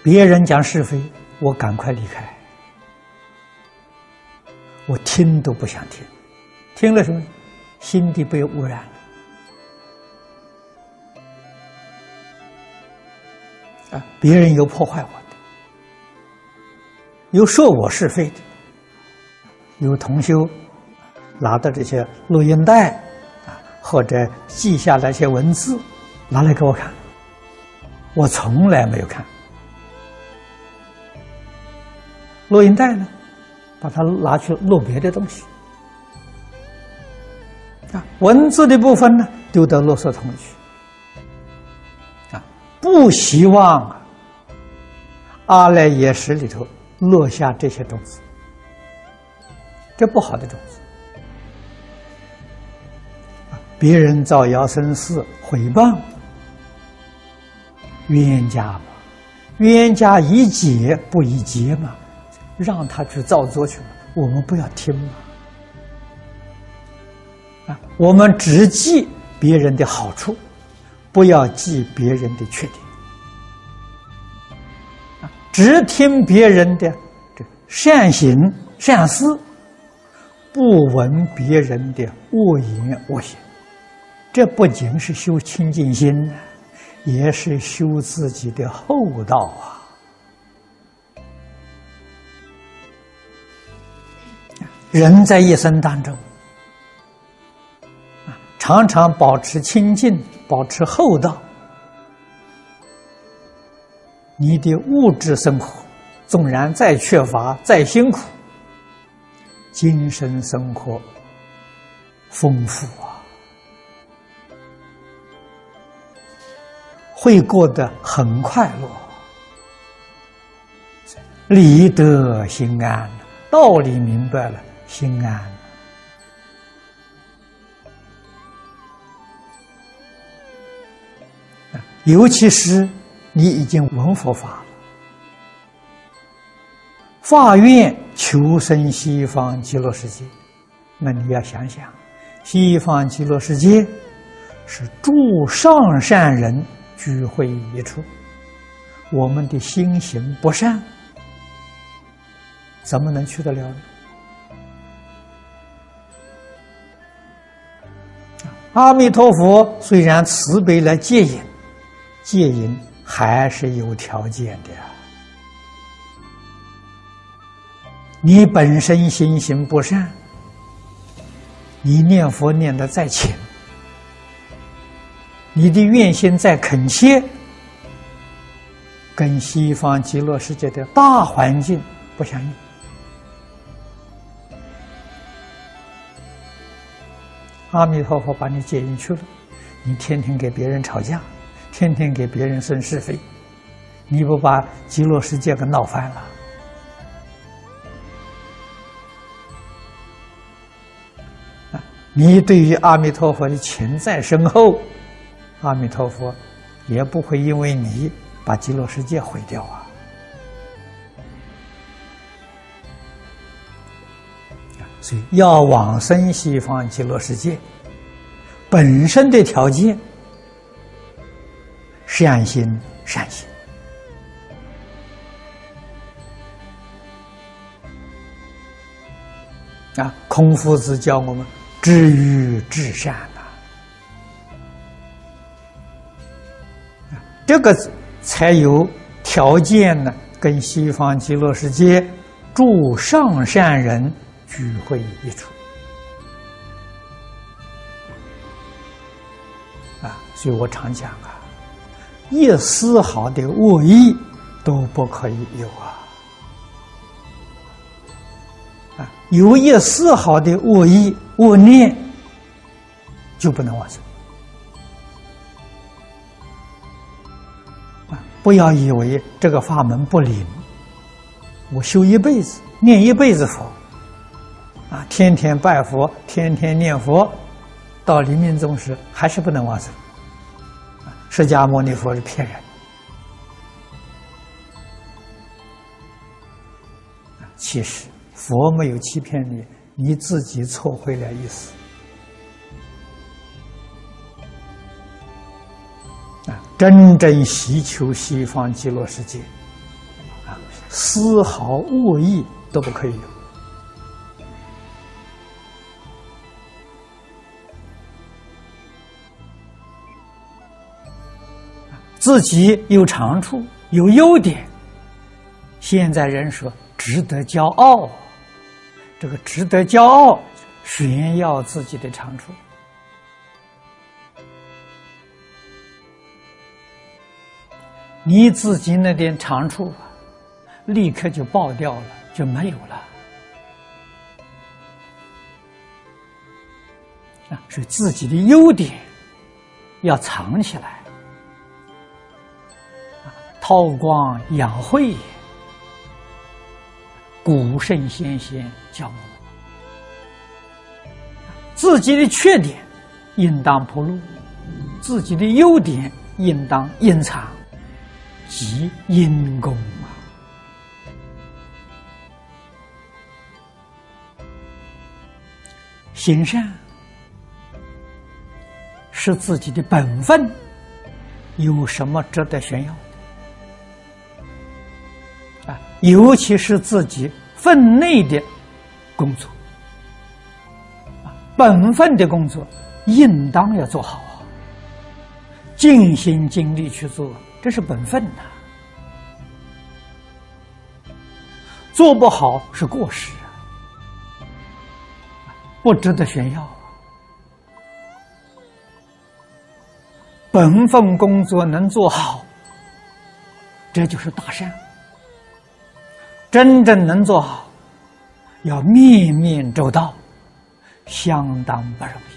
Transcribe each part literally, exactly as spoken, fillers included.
别人讲是非，我赶快离开，我听都不想听，听了什么？心地被污染了。啊，别人有破坏我的，有说我是非的，有同修拿的这些录音带啊，或者记下来一些文字，拿来给我看，我从来没有看。录音带呢，把它拿去录别的东西啊，文字的部分呢，丢到垃圾桶里去啊，不希望啊阿赖耶识里头落下这些种子，这不好的种子。别人造谣生事、毁谤，冤家嘛，冤家宜解不宜结嘛，让他去造作去了，我们不要听嘛。啊，我们只记别人的好处，不要记别人的缺点。啊，只听别人的这善行善事，不闻别人的恶言恶行。这不仅是修清净心，也是修自己的厚道啊！人在一生当中，啊，常常保持清净，保持厚道，你的物质生活纵然再缺乏、再辛苦，精神生活丰富啊！会过得很快乐，理得心安，道理明白了，心安。尤其是你已经闻佛法了，发愿求生西方极乐世界，那你要想想，西方极乐世界是诸上善人聚会一处，我们的心行不善，怎么能去得了呢？阿弥陀佛虽然慈悲来戒引，戒引还是有条件的。你本身心行不善，你念佛念得再浅，你的愿心再恳切，跟西方极乐世界的大环境不相应。阿弥陀佛把你接进去了，你天天给别人吵架，天天给别人生是非，你不把极乐世界给闹翻了？你对于阿弥陀佛的情再深厚，阿弥陀佛也不会因为你把极乐世界毁掉啊！所以要往生西方极乐世界，本身的条件善心善行啊！孔夫子教我们知欲至善呐、啊，这个才有条件呢，跟西方极乐世界诸上善人聚会一处啊！所以我常讲啊，一丝毫的恶意都不可以有啊！啊，有一丝毫的恶意恶念，就不能往生啊！不要以为这个法门不灵，我修一辈子，念一辈子佛。啊，天天拜佛，天天念佛，到临命终时还是不能往生。释迦牟尼佛是骗人，其实佛没有欺骗你，你自己错会了意思。啊，真正希求西方极乐世界， 啊，丝毫恶意都不可以有。自己有长处，有优点，现在人说值得骄傲，这个值得骄傲，炫耀自己的长处。你自己那点长处啊，立刻就爆掉了，就没有了。啊，所以自己的优点要藏起来，韬光养晦，古圣先贤教我，自己的缺点应当铺露，自己的优点应当隐藏，即因功啊。行善是自己的本分，有什么值得炫耀的啊？尤其是自己分内的工作啊，本分的工作应当要做好啊，尽心尽力去做，这是本分呐、啊。做不好是过失啊，不值得炫耀啊。本分工作能做好，这就是大善。真正能做好，要面面周到，相当不容易。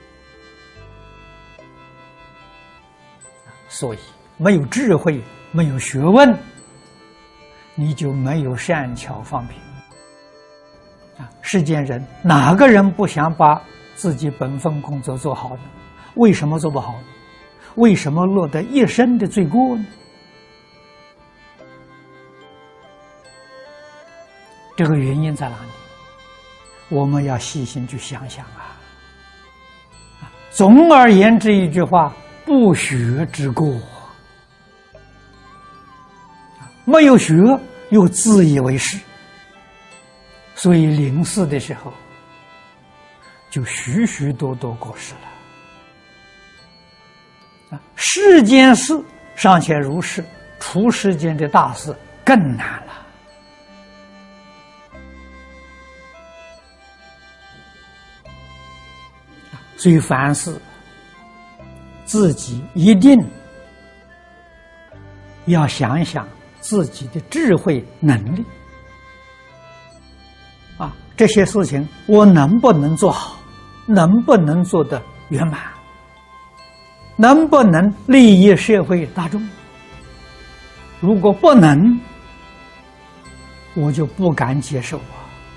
所以没有智慧，没有学问，你就没有善巧方便啊！世间人哪个人不想把自己本分工作做好呢？为什么做不好呢？为什么落得一身的罪过呢？这个原因在哪里？我们要细心去想想啊！总而言之一句话，不学之过。没有学又自以为是，所以临死的时候就许许多多过失了。世间事尚且如是，出世间的大事更难了。所以凡事自己一定要想一想自己的智慧能力啊，这些事情我能不能做好，能不能做得圆满，能不能利益社会大众？如果不能，我就不敢接受啊。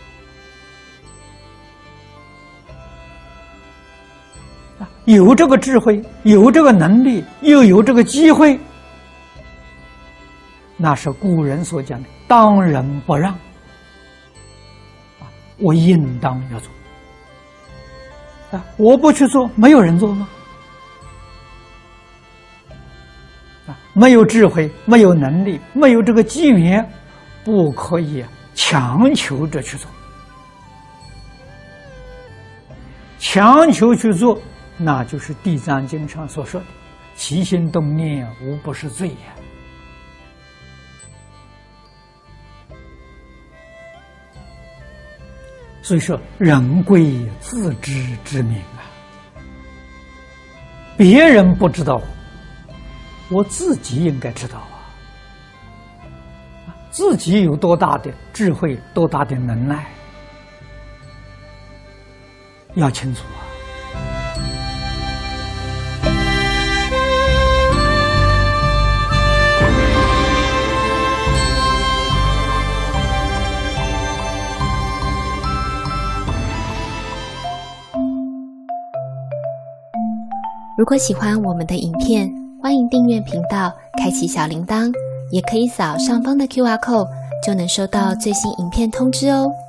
有这个智慧，有这个能力，又有这个机会，那是古人所讲的当仁不让啊，我应当要做啊！我不去做，没有人做吗？啊，没有智慧，没有能力，没有这个机缘，不可以强求着去做。强求去做，那就是《地藏经》上所说的“起心动念，无不是罪”呀。所以说，人贵自知之明啊，别人不知道，我自己应该知道啊。自己有多大的智慧，多大的能耐，要清楚啊。 如果喜欢我们的影片，欢迎订阅频道，开启小铃铛，也可以扫上方的 Q R code， 就能收到最新影片通知哦。